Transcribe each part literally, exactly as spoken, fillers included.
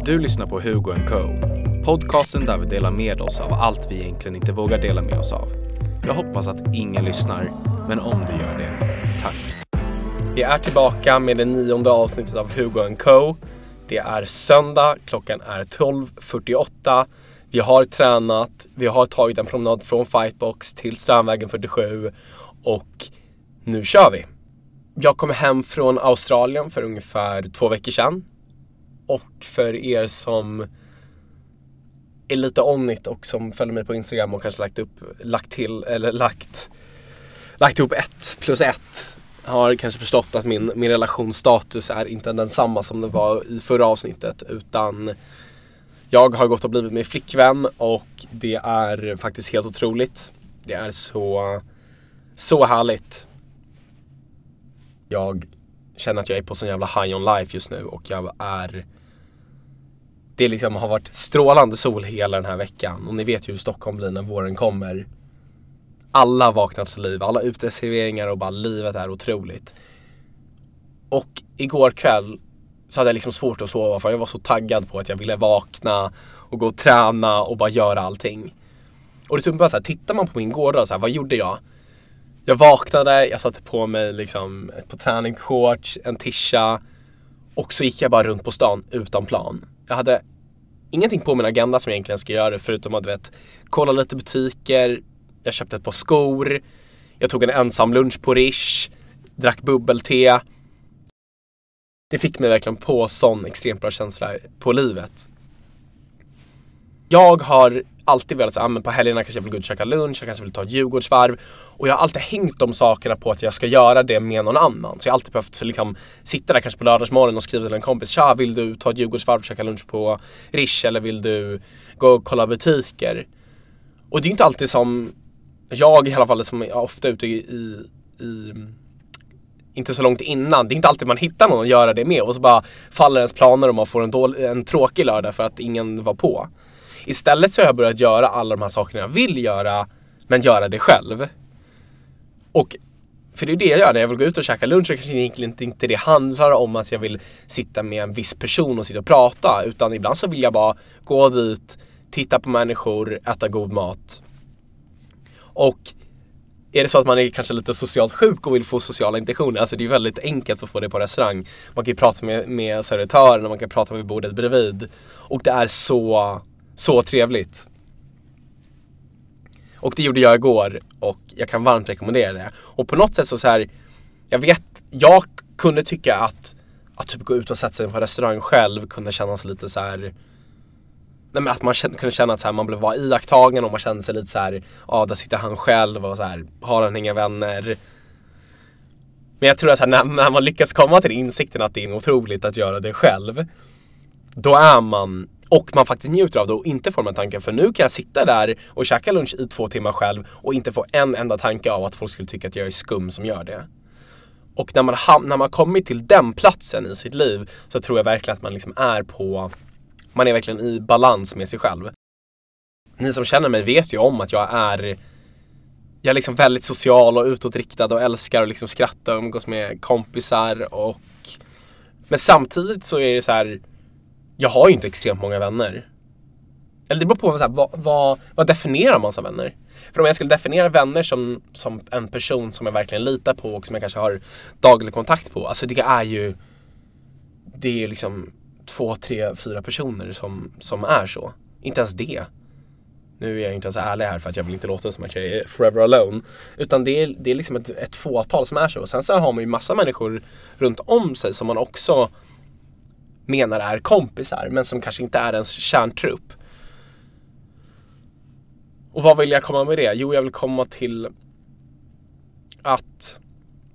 Du lyssnar på Hugo and Co. Podcasten där vi delar med oss av allt vi egentligen inte vågar dela med oss av. Jag hoppas att ingen lyssnar, men om du gör det, tack. Vi är tillbaka med det nionde avsnittet av Hugo and Co. Det är söndag, klockan är tolv fyrtioåtta. Vi har tränat, vi har tagit en promenad från Fightbox till Strandvägen fyrtiosju och nu kör vi. Jag kom hem från Australien för ungefär två veckor sedan. Och för er som är lite onnit och som följer mig på Instagram och kanske lagt upp, lagt till, eller lagt, lagt ihop ett plus ett, har kanske förstått att min, min relationsstatus är inte densamma som det var i förra avsnittet, utan jag har gått och blivit med flickvän och det är faktiskt helt otroligt. Det är så, så härligt. Jag känner att jag är på sån jävla high on life just nu och jag är... Det liksom har varit strålande sol hela den här veckan och ni vet ju hur Stockholm blir när våren kommer. Alla vaknar till liv, alla uteserveringar och bara livet är otroligt. Och igår kväll så hade jag liksom svårt att sova för jag var så taggad på att jag ville vakna och gå och träna och bara göra allting. Och det så bara så här, tittar man på min gård och så här, vad gjorde jag? Jag vaknade, jag satte på mig liksom ett par träningsshorts, en tisha och så gick jag bara runt på stan utan plan. Jag hade ingenting på min agenda som jag egentligen ska göra förutom att vet, kolla lite butiker. Jag köpte ett par skor. Jag tog en ensam lunch på Rish. Drack bubbel-te. Det fick mig verkligen på sån extremt bra känsla på livet. Jag har alltid velat säga, ah, men på helgerna kanske jag vill gå ut och käka lunch, jag kanske vill ta ett Djurgårdsvarv. Och jag har alltid hängt de sakerna på att jag ska göra det med någon annan. Så jag har alltid behövt liksom, sitta där kanske på lördagsmorgon och skriva till en kompis, tja, vill du ta ett Djurgårdsvarv och käka lunch på Rish eller vill du gå och kolla butiker? Och det är ju inte alltid som jag i alla fall som är ofta ute i, i, i inte så långt innan. Det är inte alltid man hittar någon att göra det med och så bara faller ens planer och man får en, dålig, en tråkig lördag för att ingen var på. Istället så har jag börjat göra alla de här sakerna jag vill göra, men göra det själv. Och för det är det jag gör när jag vill gå ut och käka lunch, så kanske egentligen inte, inte det handlar om att jag vill sitta med en viss person och sitta och prata, utan ibland så vill jag bara gå dit, titta på människor, äta god mat. Och är det så att man är kanske lite socialt sjuk och vill få sociala intentioner, alltså det är väldigt enkelt att få det på restaurang. Man kan ju prata med, med servitören och man kan prata med bordet bredvid. Och det är så... Så trevligt. Och det gjorde jag igår och jag kan varmt rekommendera det. Och på något sätt så så här, jag vet, jag kunde tycka att att typ gå ut och sätta sig på restaurang själv kunde kännas lite så här, nej men att man kände, kunde känna att så här, man blev vara iakttagen och man kände sig lite så här, ja, där sitter han själv och så här, har han inga vänner. Men jag tror att så här, när, när man lyckas komma till insikten att det är otroligt att göra det själv, då är man... Och man faktiskt njuter av det och inte får man tanken, för nu kan jag sitta där och käka lunch i två timmar själv och inte få en enda tanke av att folk skulle tycka att jag är skum som gör det. Och när man, ham- när man kommit till den platsen i sitt liv så tror jag verkligen att man liksom är på, man är verkligen i balans med sig själv. Ni som känner mig vet ju om att jag är, jag är liksom väldigt social och utåtriktad och älskar att liksom skratta och umgås med kompisar och, men samtidigt så är det så här, jag har ju inte extremt många vänner. Eller det beror på så här, vad, vad, vad definierar man som vänner? För om jag skulle definiera vänner som, som en person som jag verkligen litar på och som jag kanske har daglig kontakt på. Alltså det är ju, det är ju liksom två, tre, fyra personer som, som är så. Inte ens det. Nu är jag inte ens ärlig här för att jag vill inte låta som att jag är forever alone. Utan det är, det är liksom ett, ett fåtal som är så. Och sen så har man ju massa människor runt om sig som man också menar är kompisar, men som kanske inte är ens kärntrupp. Och vad vill jag komma med det? Jo, jag vill komma till att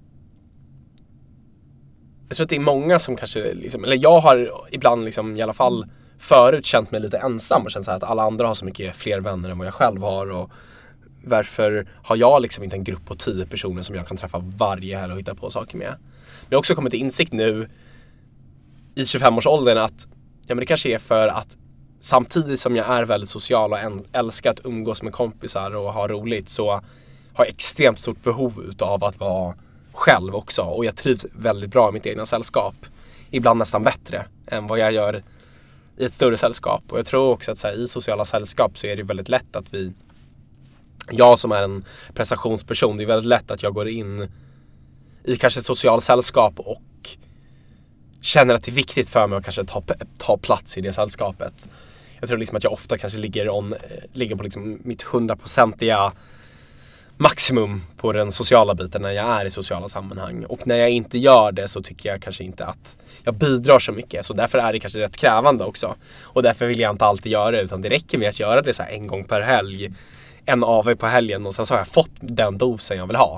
jag tror att det är många som kanske liksom, eller jag har ibland liksom i alla fall förut känt mig lite ensam och känt så här att alla andra har så mycket fler vänner än vad jag själv har, och varför har jag liksom inte en grupp på tio personer som jag kan träffa varje helg och hitta på saker med. Men jag har också kommit till insikt nu i tjugofem-årsåldern att ja, men det kanske är för att samtidigt som jag är väldigt social och älskar att umgås med kompisar och ha roligt, så har jag extremt stort behov av att vara själv också. Och jag trivs väldigt bra i mitt egna sällskap. Ibland nästan bättre än vad jag gör i ett större sällskap. Och jag tror också att så här, i sociala sällskap så är det väldigt lätt att vi, jag som är en prestationsperson, det är väldigt lätt att jag går in i kanske ett socialt sällskap och känner att det är viktigt för mig att kanske ta, ta plats i det sällskapet. Jag tror liksom att jag ofta kanske ligger, on, ligger på liksom mitt hundraprocentiga maximum på den sociala biten när jag är i sociala sammanhang. Och när jag inte gör det så tycker jag kanske inte att jag bidrar så mycket. Så därför är det kanske rätt krävande också. Och därför vill jag inte alltid göra det, utan det räcker med att göra det så här en gång per helg. En A V på helgen, och sen så har jag fått den dosen jag vill ha.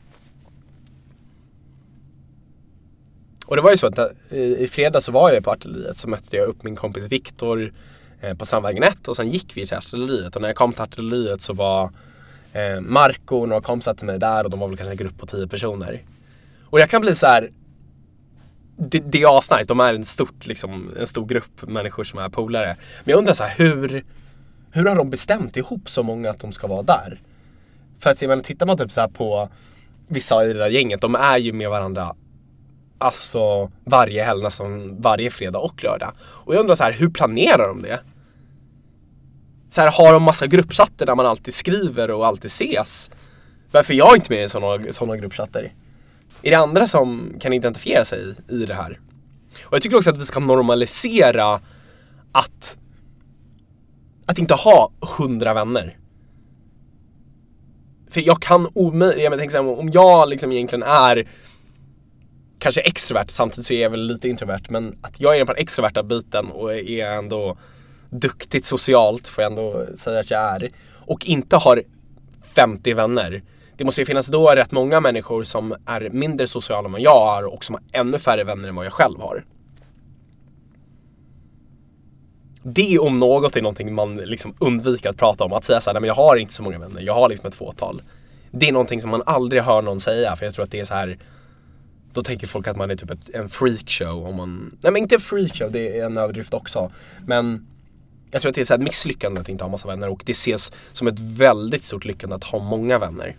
Och det var ju så att i fredag så var jag på Artilleriet, så mötte jag upp min kompis Viktor på Strandvägen ett, och sen gick vi till Artilleriet. Och när jag kom till Artilleriet så var eh, Marco och några kompisar till mig där, och de var väl kanske en grupp på tio personer. Och jag kan bli så här, det, det är asnice, de är en, stort, liksom, en stor grupp människor som är polare. Men jag undrar så här, hur, hur har de bestämt ihop så många att de ska vara där? För att men, tittar man typ så här på vissa i det där gänget, de är ju med varandra alltså varje helg, nästan varje fredag och lördag. Och jag undrar så här, hur planerar de det? Så här, har de massa gruppchatter där man alltid skriver och alltid ses? Varför är jag inte med i sådana, sådana gruppchatter? Är det andra som kan identifiera sig i, i det här? Och jag tycker också att vi ska normalisera att att inte ha hundra vänner. För jag kan omöjligt, jag tänker så här, om jag liksom egentligen är kanske extrovert, samtidigt så är jag väl lite introvert, men att jag är på den extroverta biten och är ändå duktigt socialt, får jag ändå säga att jag är, och inte har femtio vänner. Det måste ju finnas då rätt många människor som är mindre sociala än vad jag har och som har ännu färre vänner än vad jag själv har. Det om något är någonting man liksom undviker att prata om. Att säga så här, nej men jag har inte så många vänner, jag har liksom ett fåtal. Det är någonting som man aldrig hör någon säga, för jag tror att det är så här, då tänker folk att man är typ ett, en freakshow om man, nej men inte en freakshow, det är en överdrift också. Men jag tror att det är så här ett misslyckande att inte ha massa vänner, och det ses som ett väldigt stort lyckande att ha många vänner.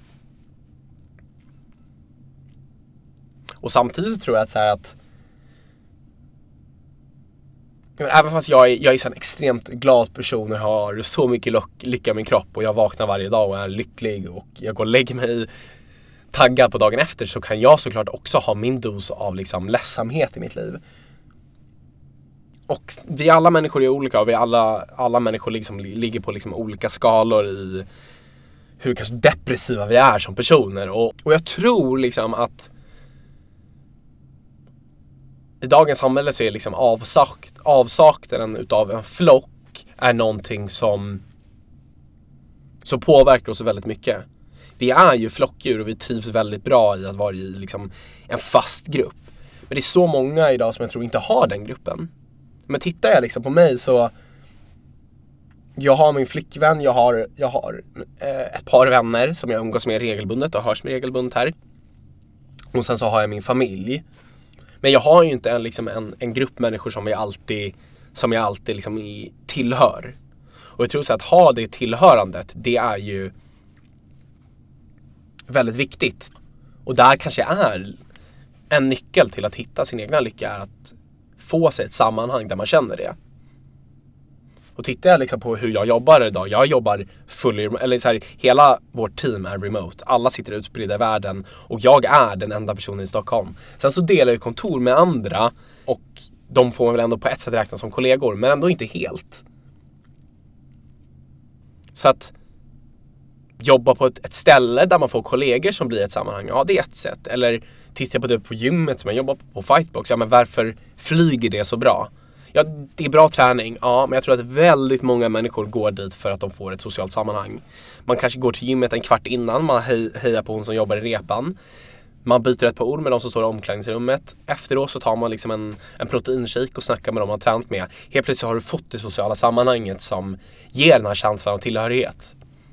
Och samtidigt så tror jag att så här att men även fast jag är, jag är så en extremt glad person och har så mycket lock, lycka i min kropp, och jag vaknar varje dag och är lycklig och jag går och lägger mig taggad på dagen efter, så kan jag såklart också ha min dos av liksom ledsamhet i mitt liv. Och vi alla människor är olika, och vi alla, alla människor liksom ligger på liksom olika skalor i hur kanske depressiva vi är som personer. Och, och jag tror liksom att i dagens samhälle så är liksom avsakt, avsaknaden utav en flock är någonting som, som påverkar oss väldigt mycket. Vi är ju flockdjur och vi trivs väldigt bra i att vara i liksom en fast grupp. Men det är så många idag som jag tror inte har den gruppen. Men tittar jag liksom på mig så jag har min flickvän, jag har, jag har eh, ett par vänner som jag umgås med regelbundet och hörs med regelbundet här. Och sen så har jag min familj. Men jag har ju inte en, liksom en, en grupp människor som jag alltid, som jag alltid liksom i, tillhör. Och jag tror så att ha det tillhörandet, det är ju väldigt viktigt. Och där kanske är en nyckel till att hitta sin egna lycka, är att få sig ett sammanhang där man känner det. Och tittar jag liksom på hur jag jobbar idag, jag jobbar fully, eller så här, hela vårt team är remote. Alla sitter utspridda i världen och jag är den enda personen i Stockholm. Sen så delar jag kontor med andra och de får väl ändå på ett sätt räkna som kollegor, men ändå inte helt. Så att jobba på ett, ett ställe där man får kollegor som blir ett sammanhang, ja det är ett sätt. Eller tittar på det på gymmet som jag jobbar på, på Fightbox, ja men varför flyger det så bra? Ja, det är bra träning, ja, men jag tror att väldigt många människor går dit för att de får ett socialt sammanhang. Man kanske går till gymmet en kvart innan, man hej, hejar på hon som jobbar i repan. Man byter ett par ord med de som står i omklädningsrummet. Efteråt så tar man liksom en, en proteinshake och snackar med dem man har tränat med. Helt plötsligt har du fått det sociala sammanhanget som ger den här känslan av tillhörighet.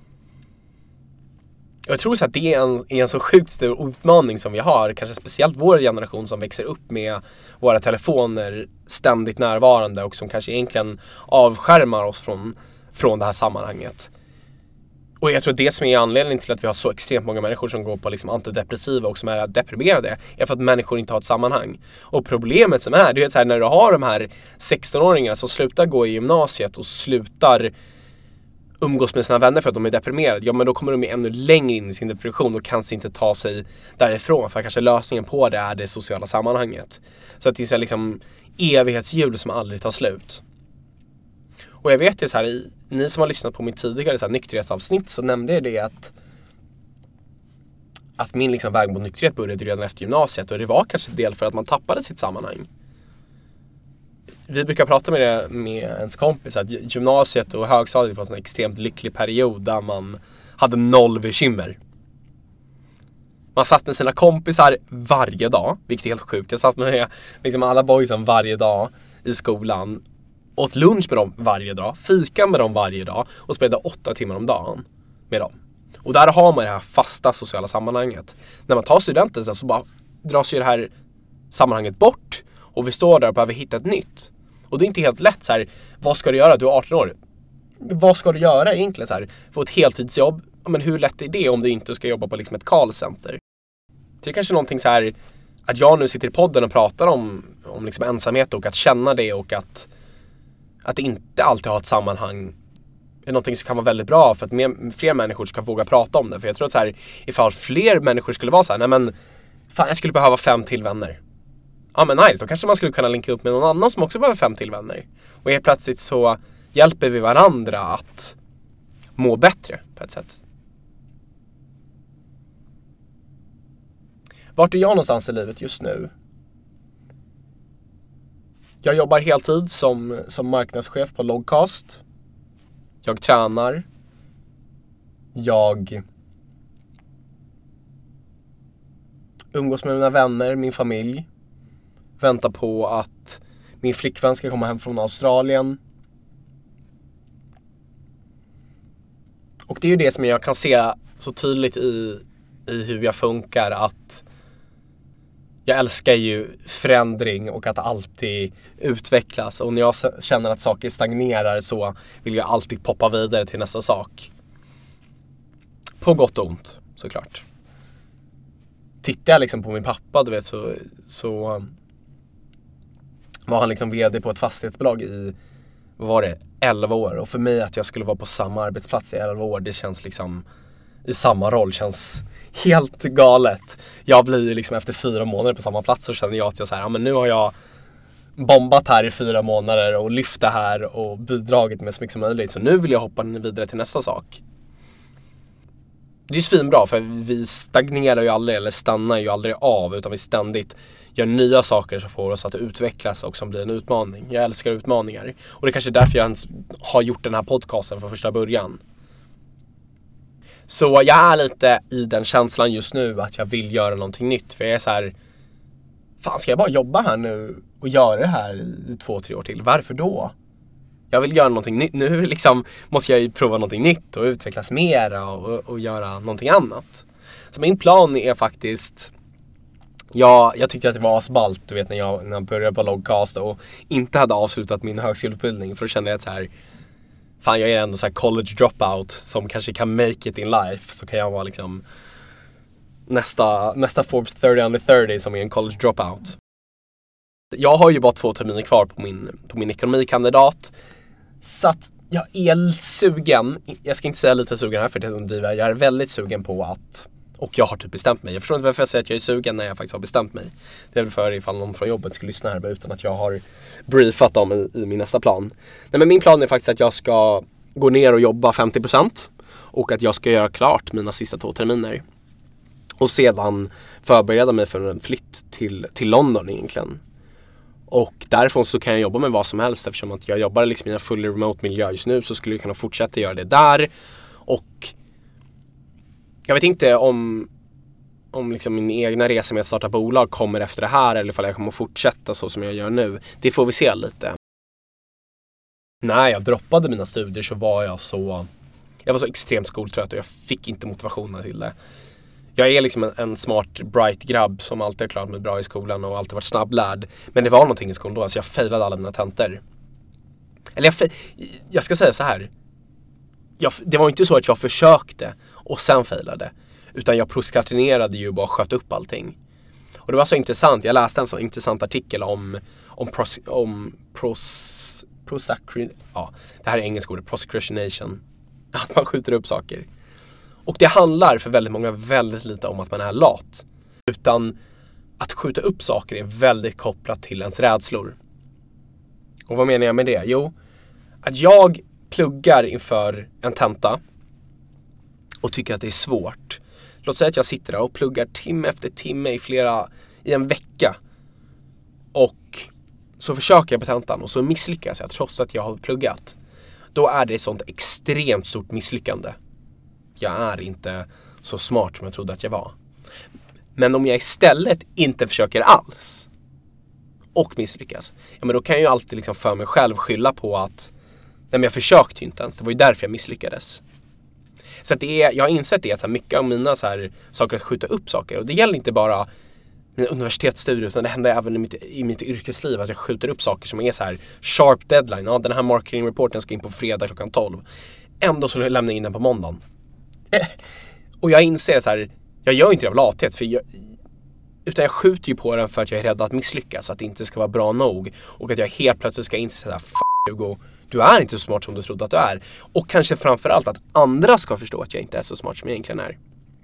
Jag tror så att det är en, är en så sjukt stor utmaning som vi har, kanske speciellt vår generation som växer upp med våra telefoner ständigt närvarande och som kanske egentligen avskärmar oss från, från det här sammanhanget. Och jag tror att det som är anledningen till att vi har så extremt många människor som går på liksom antidepressiva och som är deprimerade är för att människor inte har ett sammanhang. Och problemet som är, det är att så här, när du har de här sexton-åringarna som slutar gå i gymnasiet och slutar umgås med sina vänner för att de är deprimerade, ja men då kommer de ännu längre in i sin depression och kanske inte ta sig därifrån, för kanske lösningen på det är det sociala sammanhanget. Så att det är så här, liksom evighetshjul som aldrig tar slut. Och jag vet det så här, i, ni som har lyssnat på mitt tidigare så här, nykterhetsavsnitt, så nämnde jag det att att min liksom väg mot nykterhet började redan efter gymnasiet, och det var kanske en del för att man tappade sitt sammanhang. Vi brukar prata med det med ens kompis att gymnasiet och högstadiet var en extremt lycklig period där man hade noll bekymmer. Man satt med sina kompisar varje dag, vilket är helt sjukt. Jag satt med liksom alla boysen varje dag i skolan, åt lunch med dem varje dag, fika med dem varje dag och spelade åtta timmar om dagen med dem. Och där har man det här fasta sociala sammanhanget. När man tar studenten sen så bara dras ju det här sammanhanget bort och vi står där och behöver hitta ett nytt. Och det är inte helt lätt så här, vad ska du göra? Du är arton år. Vad ska du göra egentligen så här? Få ett heltidsjobb? Men hur lätt är det om du inte ska jobba på liksom ett callcenter? Så det är kanske någonting så här att jag nu sitter i podden och pratar om, om liksom ensamhet och att känna det och att, att inte alltid ha ett sammanhang är någonting som kan vara väldigt bra för att mer, fler människor ska våga prata om det. För jag tror att så här, ifall fler människor skulle vara så här, nej men fan, jag skulle behöva fem till vänner. Ja men nice, då kanske man skulle kunna linka upp med någon annan som också behöver fem till vänner. Och helt plötsligt så hjälper vi varandra att må bättre på ett sätt. Vart är jag någonstans i livet just nu? Jag jobbar heltid som, som marknadschef på Logcast. Jag tränar. Jag umgås med mina vänner, min familj. Väntar på att min flickvän ska komma hem från Australien. Och det är ju det som jag kan se så tydligt i, i hur jag funkar, att jag älskar ju förändring och att alltid utvecklas. Och när jag känner att saker stagnerar så vill jag alltid poppa vidare till nästa sak. På gott och ont, såklart. Tittar jag liksom på min pappa, du vet, så, så var han liksom vd på ett fastighetsbolag i, vad var det, elva år. Och för mig att jag skulle vara på samma arbetsplats i elva år, det känns liksom, i samma roll, känns helt galet. Jag blir ju liksom efter fyra månader på samma plats, så känner jag att jag så här, ja men nu har jag bombat här i fyra månader och lyft det här och bidragit med så mycket som möjligt. Så nu vill jag hoppa vidare till nästa sak. Det är ju svinbra, för vi stagnerar ju aldrig eller stannar ju aldrig av, utan vi ständigt gör nya saker som får oss att utvecklas och som blir en utmaning. Jag älskar utmaningar. Och det är kanske därför jag ens har gjort den här podcasten från första början. Så jag är lite i den känslan just nu att jag vill göra någonting nytt. För jag är så här, fan, ska jag bara jobba här nu och göra det här i två, tre år till? Varför då? Jag vill göra någonting nytt. Nu liksom måste jag ju prova någonting nytt och utvecklas mera och, och göra någonting annat. Så min plan är faktiskt, ja, jag tyckte att det var asballt, du vet, när jag, när jag började på Logcast och inte hade avslutat min högskoleutbildning. För då kände jag att så här, fan, jag är ändå så här college dropout som kanske kan make it in life. Så kan jag vara liksom nästa, nästa Forbes trettio under trettio som är en college dropout. Jag har ju bara två terminer kvar på min, på min ekonomikandidat. Så att jag är sugen. Jag ska inte säga lite sugen här för det undriver. Jag är väldigt sugen på att, och jag har typ bestämt mig. Jag förstår inte varför jag säger att jag är sugen när jag faktiskt har bestämt mig. Det är väl för ifall någon från jobbet skulle lyssna här utan att jag har briefat dem i, i min nästa plan. Nej, men min plan är faktiskt att jag ska gå ner och jobba femtio procent. Och att jag ska göra klart mina sista två terminer. Och sedan förbereda mig för en flytt till, till London egentligen. Och därifrån så kan jag jobba med vad som helst, eftersom att jag jobbar liksom i en full remote miljö just nu, så skulle jag kunna fortsätta göra det där. Och jag vet inte om, om liksom min egna resa med att starta bolag kommer efter det här, eller ifall jag kommer att fortsätta så som jag gör nu. Det får vi se lite. När jag droppade mina studier så var jag så jag var så extremt skoltrött och jag fick inte motivationen till det. Jag är liksom en, en smart, bright grabb som alltid har klarat mig bra i skolan och alltid varit snabblärd. Men det var någonting i skolan då, alltså jag failade alla mina tentor. Eller jag, jag ska säga så här. jag, det var inte så att jag försökte och sen failade. Utan jag prokrastinerade ju och bara sköt upp allting. Och det var så intressant. Jag läste en så intressant artikel om om pros, om pros, prosacrin, ja, det här är engelska ordet, procrastination. Att man skjuter upp saker. Och det handlar för väldigt många väldigt lite om att man är lat. Utan att skjuta upp saker är väldigt kopplat till ens rädslor. Och vad menar jag med det? Jo, att jag pluggar inför en tenta och tycker att det är svårt. Låt säga att jag sitter där och pluggar timme efter timme i flera, i en vecka. Och så försöker jag på tentan och så misslyckas jag trots att jag har pluggat. Då är det ett sånt extremt stort misslyckande. Jag är inte så smart som jag trodde att jag var. Men om jag istället inte försöker alls och misslyckas, ja, men då kan jag ju alltid liksom för mig själv skylla på att nej, men jag försökte ju inte ens. Det var ju därför jag misslyckades. Så att det är, jag har insett det att mycket av mina så här, saker att skjuta upp saker, och det gäller inte bara mina universitetsstudier utan det händer även i mitt, i mitt yrkesliv att jag skjuter upp saker som är så här sharp deadline. Ja, den här marketing reporten ska in på fredag klockan tolv. Ändå så lämnar jag in den på måndagen. Och jag inser så här, jag gör inte det av lathet, för jag, utan jag skjuter ju på den för att jag är rädd att misslyckas, att det inte ska vara bra nog och att jag helt plötsligt ska inse såhär, f*** Hugo, du är inte så smart som du trodde att du är. Och kanske framförallt att andra ska förstå att jag inte är så smart som jag egentligen är.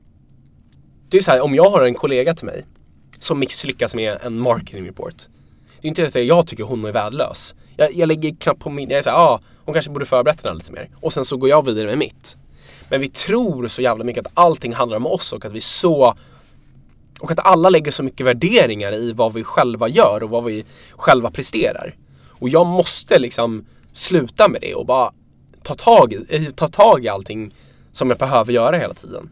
Det är så här, om jag har en kollega till mig som misslyckas med en marketing report, det är inte det att jag tycker hon är värdelös. Jag, jag lägger knappt på min, jag är såhär, ja, ah, hon kanske borde förberett den lite mer. Och sen så går jag vidare med mitt. Men vi tror så jävla mycket att allting handlar om oss och att vi så, och att alla lägger så mycket värderingar i vad vi själva gör och vad vi själva presterar. Och jag måste liksom sluta med det och bara ta tag i, ta tag i allting som jag behöver göra hela tiden.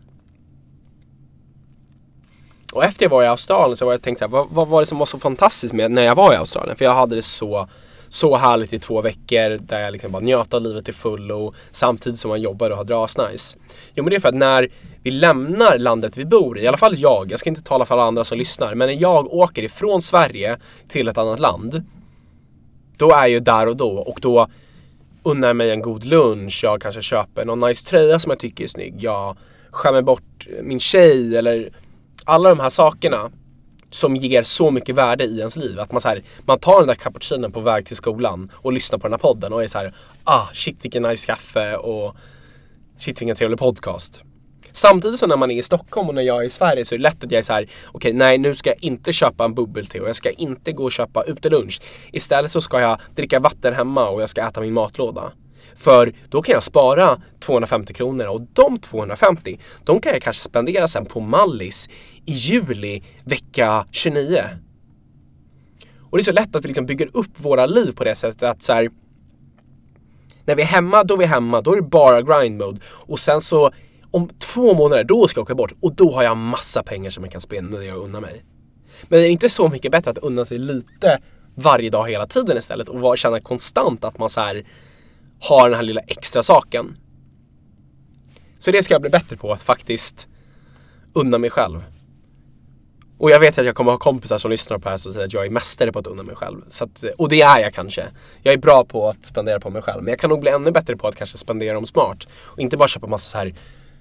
Och efter jag var i Australien så var jag tänkt så här, vad, vad var det som var så fantastiskt med när jag var i Australien? För jag hade det så så härligt i två veckor där jag liksom bara njöt av livet till fullo samtidigt som man jobbar och har drasnice. Jo, men det är för att när vi lämnar landet vi bor i, i alla fall jag, jag ska inte tala för alla andra som lyssnar, men när jag åker ifrån Sverige till ett annat land, då är jag där och då, och då unnar jag mig en god lunch, jag kanske köper någon nice tröja som jag tycker är snygg, jag skämmer bort min tjej, eller alla de här sakerna som ger så mycket värde i ens liv. Att man, så här, man tar den där cappuccinen på väg till skolan och lyssnar på den här podden och är så här, ah shit vilken nice kaffe och shit vilken trevlig podcast. Samtidigt som när man är i Stockholm och när jag är i Sverige så är det lätt att jag är så här, okej, okay, nej, nu ska jag inte köpa en bubbel-te och jag ska inte gå och köpa utelunch. Istället så ska jag dricka vatten hemma och jag ska äta min matlåda. För då kan jag spara tvåhundrafemtio kronor, och de tvåhundrafemtio, de kan jag kanske spendera sen på Mallis i juli vecka tjugonio. Och det är så lätt att vi liksom bygger upp våra liv på det sättet att så här, när vi är hemma, då är vi hemma, då är det bara grind mode. Och sen så om två månader, då ska jag åka bort och då har jag massa pengar som jag kan spendera när jag unnar mig. Men det är inte så mycket bättre att unna sig lite varje dag hela tiden istället och känna konstant att man så här har den här lilla extra saken. Så det ska jag bli bättre på, att faktiskt unna mig själv. Och jag vet att jag kommer ha kompisar som lyssnar på det här som säger att jag är mästare på att unna mig själv. Så att, och det är jag kanske. Jag är bra på att spendera på mig själv. Men jag kan nog bli ännu bättre på att kanske spendera dem smart. Och inte bara köpa massa så här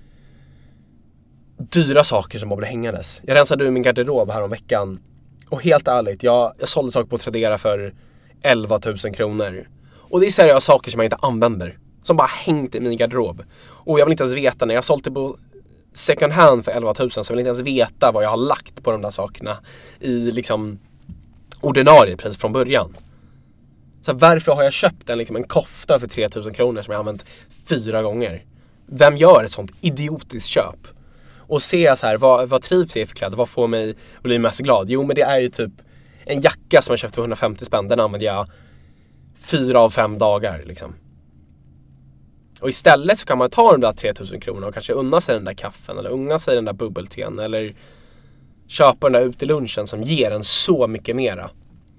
dyra saker som bara blir hängandes. Jag rensade ur min garderob här om veckan. Och helt ärligt, jag, jag sålde saker på Tradera för elva tusen kronor. Och det är seriösa saker som jag inte använder. Som bara hängt i min garderob. Och jag vill inte ens veta, när jag sålt det på second hand för elva tusen så vill jag inte ens veta vad jag har lagt på de där sakerna i liksom ordinarie pris från början. Så varför har jag köpt en, liksom, en kofta för tre tusen kronor som jag använt fyra gånger? Vem gör ett sånt idiotiskt köp? Och se så här, vad, vad trivs jag i för kläder? Vad får mig att bli mest glad? Jo, men det är ju typ en jacka som jag köpt för hundrafemtio spänn. Den använder jag fyra av fem dagar liksom. Och istället så kan man ta de där tre tusen kronor och kanske unna sig den där kaffen eller unna sig den där bubbelten eller köpa den där ute i lunchen som ger en så mycket mera.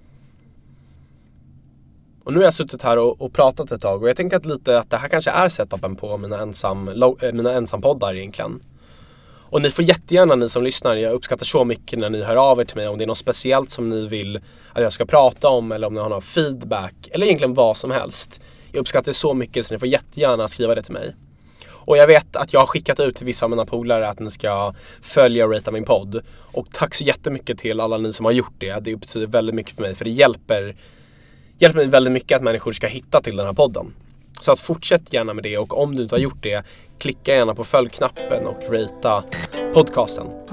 Och nu har jag suttit här och, och pratat ett tag och jag tänker att lite att det här kanske är setupen på mina ensam, mina ensampoddar egentligen. Och ni får jättegärna, ni som lyssnar, jag uppskattar så mycket när ni hör av er till mig om det är något speciellt som ni vill att jag ska prata om eller om ni har någon feedback eller egentligen vad som helst. Jag uppskattar det så mycket så ni får jättegärna skriva det till mig. Och jag vet att jag har skickat ut till vissa av mina polare att ni ska följa och ratea min podd. Och tack så jättemycket till alla ni som har gjort det. Det betyder väldigt mycket för mig, för det hjälper, hjälper mig väldigt mycket att människor ska hitta till den här podden. Så att fortsätt gärna med det, och om du inte har gjort det, klicka gärna på följknappen och ratea podcasten.